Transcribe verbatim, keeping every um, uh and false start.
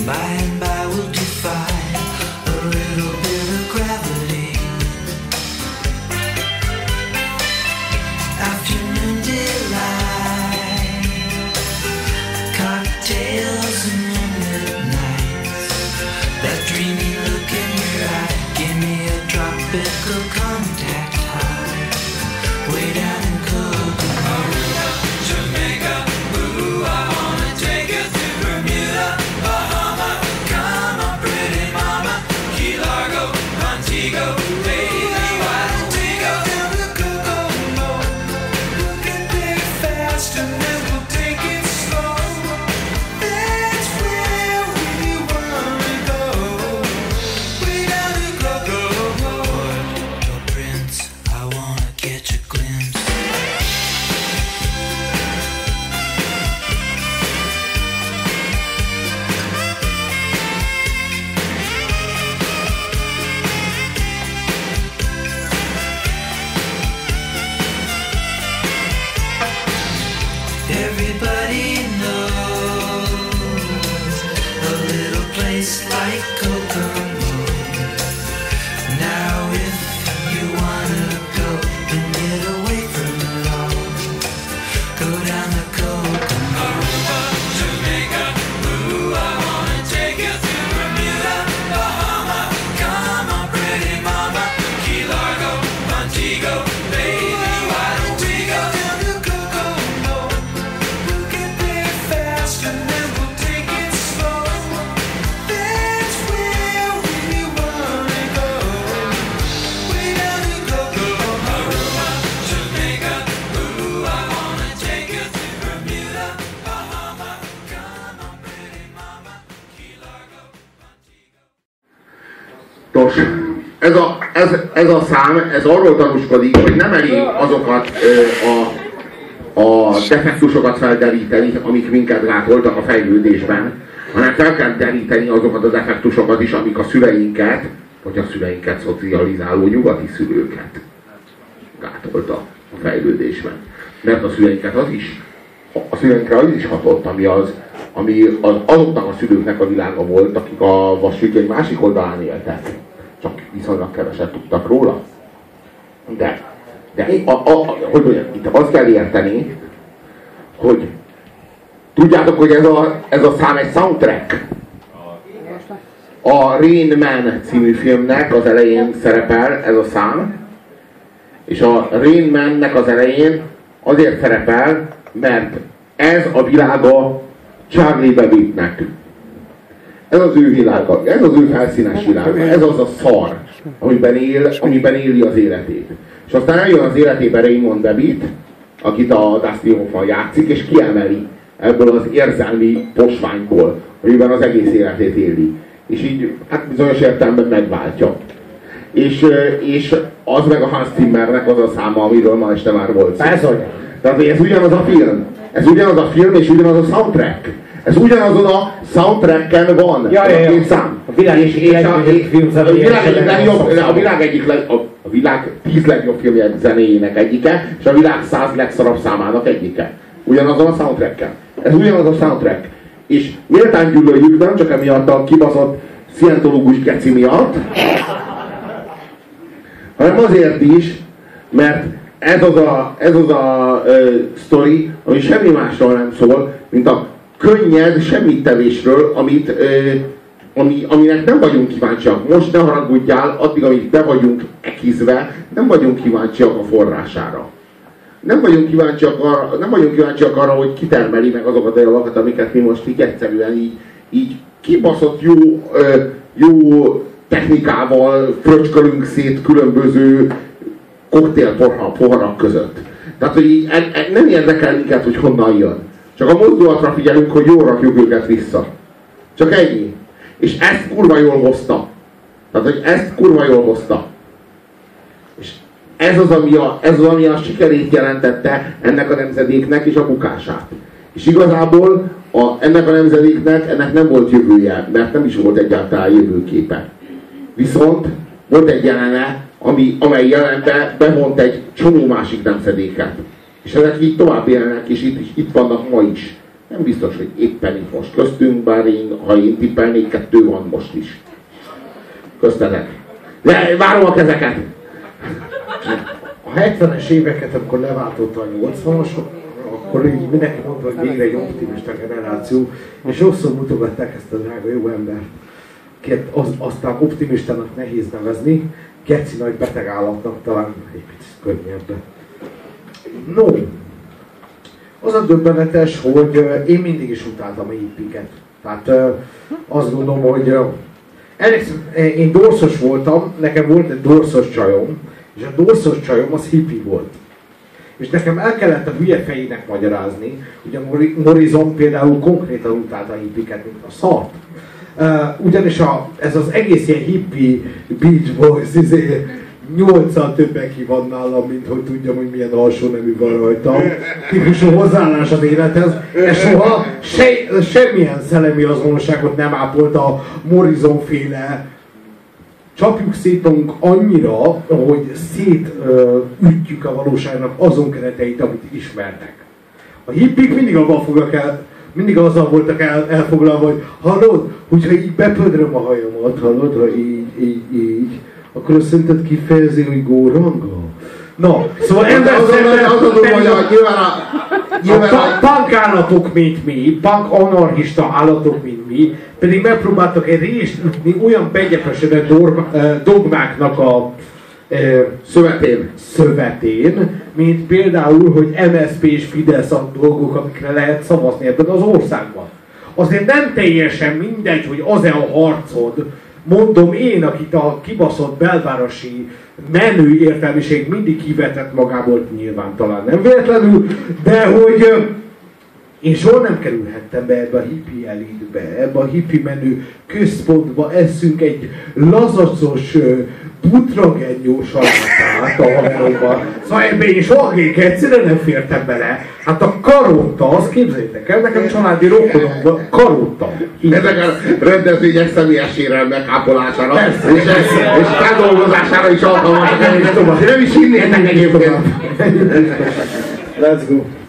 Nos, ez a, ez, ez a szám, ez arról tanúskodik, hogy nem elég azokat a, a defektusokat felderíteni, amik minket gátoltak a fejlődésben, hanem fel kell deríteni azokat a defektusokat is, amik a szüleinket, vagy a szüleinket szocializáló nyugati szülőket gátolta a fejlődésben. Mert a szüleinket az is, a szüleinkre az is hatott, ami, az, ami az, azoknak a szülőknek a világa volt, akik a vasfüggöny egy másik oldalán éltek. Csak viszonylag keveset tudtak róla. De, de a, a, a, hogy mondjam, itt azt kell érteni, hogy tudjátok, hogy ez a, ez a szám egy soundtrack. A Rain Man című filmnek az elején szerepel ez a szám, és a Rain Man-nek az elején azért szerepel, mert ez a világa Charlie Babbittnek. Ez az ő világa, ez az ő felszínes világa, ez az a szar, amiben, él, amiben éli az életét. És aztán eljön az életében Raymond Babbitt, akit a Dustin Hoffman játszik, és kiemeli ebből az érzelmi posványból, amiben az egész életét éli. És így, hát bizonyos értelemben megváltja. És, és az meg a Hans Zimmernek az a száma, amiről ma este már volt szó. Tehát ez ugyanaz a film. Ez ugyanaz a film, és ugyanaz a soundtrack. Ez ugyanazon a soundtracken van. Ja, ja, ja. A két szám. A világ és, és a, a, film a, világ egyik legjobb, a világ egyik leg, a, a világ tíz legjobb filmjek zenéjének egyike, és a világ száz legszarabb számának egyike. Ugyanazon a soundtracken. Ez ugyanaz a soundtrack. És méltán gyűlöljük, nem csak emiatt a kibaszott szientológus geci miatt, hanem azért is, mert ez az a, ez az a uh, sztori, ami semmi másról nem szól, mint a könnyed semmittevésről, amit, uh, ami, aminek nem vagyunk kíváncsiak. Most ne haragudjál, addig, amíg be vagyunk ekizve, nem vagyunk kíváncsiak a forrására. Nem vagyunk kíváncsiak arra, nem vagyunk kíváncsiak arra, hogy kitermeli meg azokat a javakat, amiket mi most így egyszerűen így, így kibaszott jó, uh, jó technikával fröcskölünk szét különböző koktélpoharak között. Tehát, hogy így, e, e, nem érdekel minket, hogy honnan jön. Csak a mozdulatra figyelünk, hogy jól rakjuk őket vissza. Csak ennyi. És ezt kurva jól hozta. Tehát, hogy ezt kurva jól hozta. És ez az, ami a, ez az, ami a sikerét jelentette ennek a nemzedéknek és a bukását. És igazából a, ennek a nemzedéknek ennek nem volt jövője, mert nem is volt egyáltalán jövőképe. Viszont volt egy jelene, ami, amely jelenbe bevont egy csomó másik nemzedéket. És ezek így tovább élnek, és itt, itt vannak ma is. Nem biztos, hogy éppen itt most köztünk, bár én, ha én tippelnék, kettő van most is. Köztetek. De várom a kezeket! A hetvenes éveket, amikor leváltotta a nyolcvanosok, akkor így mindenki mondta, hogy végre egy optimista generáció, és rosszul mutogatták ezt a drága jó embert, akit az, aztán optimistának nehéz nevezni, geci nagy beteg állatnak talán egy picit könnyebb. No, az a döbbenetes, hogy én mindig is utáltam a hippiket. Tehát azt gondolom, hogy én dorszos voltam, nekem volt egy dorszos csajom, és a dorszos csajom az hippi volt. És nekem el kellett a hülye fejének magyarázni, hogy a Morrison például konkrétan utálta a hippiket, mint a szart. Uh, ugyanis a, ez az egész ilyen hippie Beach Boys, izé, nyolccal többen ki van nálam, mint hogy tudjam, hogy milyen alsó nemű van rajtam. Típusú hozzáállás az élethez. És soha se, semmilyen szellemi azonosságot nem ápolt a Morrison-féle csapjuk szétunk annyira, hogy szétütjük a valóságnak azon kereteit, amit ismernek. A hippik mindig abban fognak el, mindig azzal voltak el, elfoglalva, hogy hallod, hogyha így bepödröm a hajamat, hallod, ha így, így, így, akkor azt szerinted kifejezi, hogy góranga? Na, szóval ember a punk állatok, mint mi, punk anarchista állatok, mint mi, pedig megpróbáltak egy részt ütni olyan begyepesedett dogmáknak a e, szövetén. szövetén, mint például, hogy em es zé pé és Fidesz a dolgok, amikre lehet szavazni ebben az országban. Azért nem teljesen mindegy, hogy az-e a harcod, mondom én, akit a kibaszott belvárosi menő értelmiség mindig kivetett magából, nyilván talán nem véletlenül, de hogy én soha nem kerülhettem be ebbe a hippi elitbe, ebbe a hippi menő központba, eszünk egy lazacos, butragennyó salátát a haverokban. Szóval ebbe én soha egyszerűen nem fértem bele. Hát a karotta, azt képzeljétek el, nekem családi rokonomban karotta. Ezek a rendezvények személyes sérelmek ápolására és, és feldolgozására is alkalmasak. Nem is hinnétek egyébként. Let's go.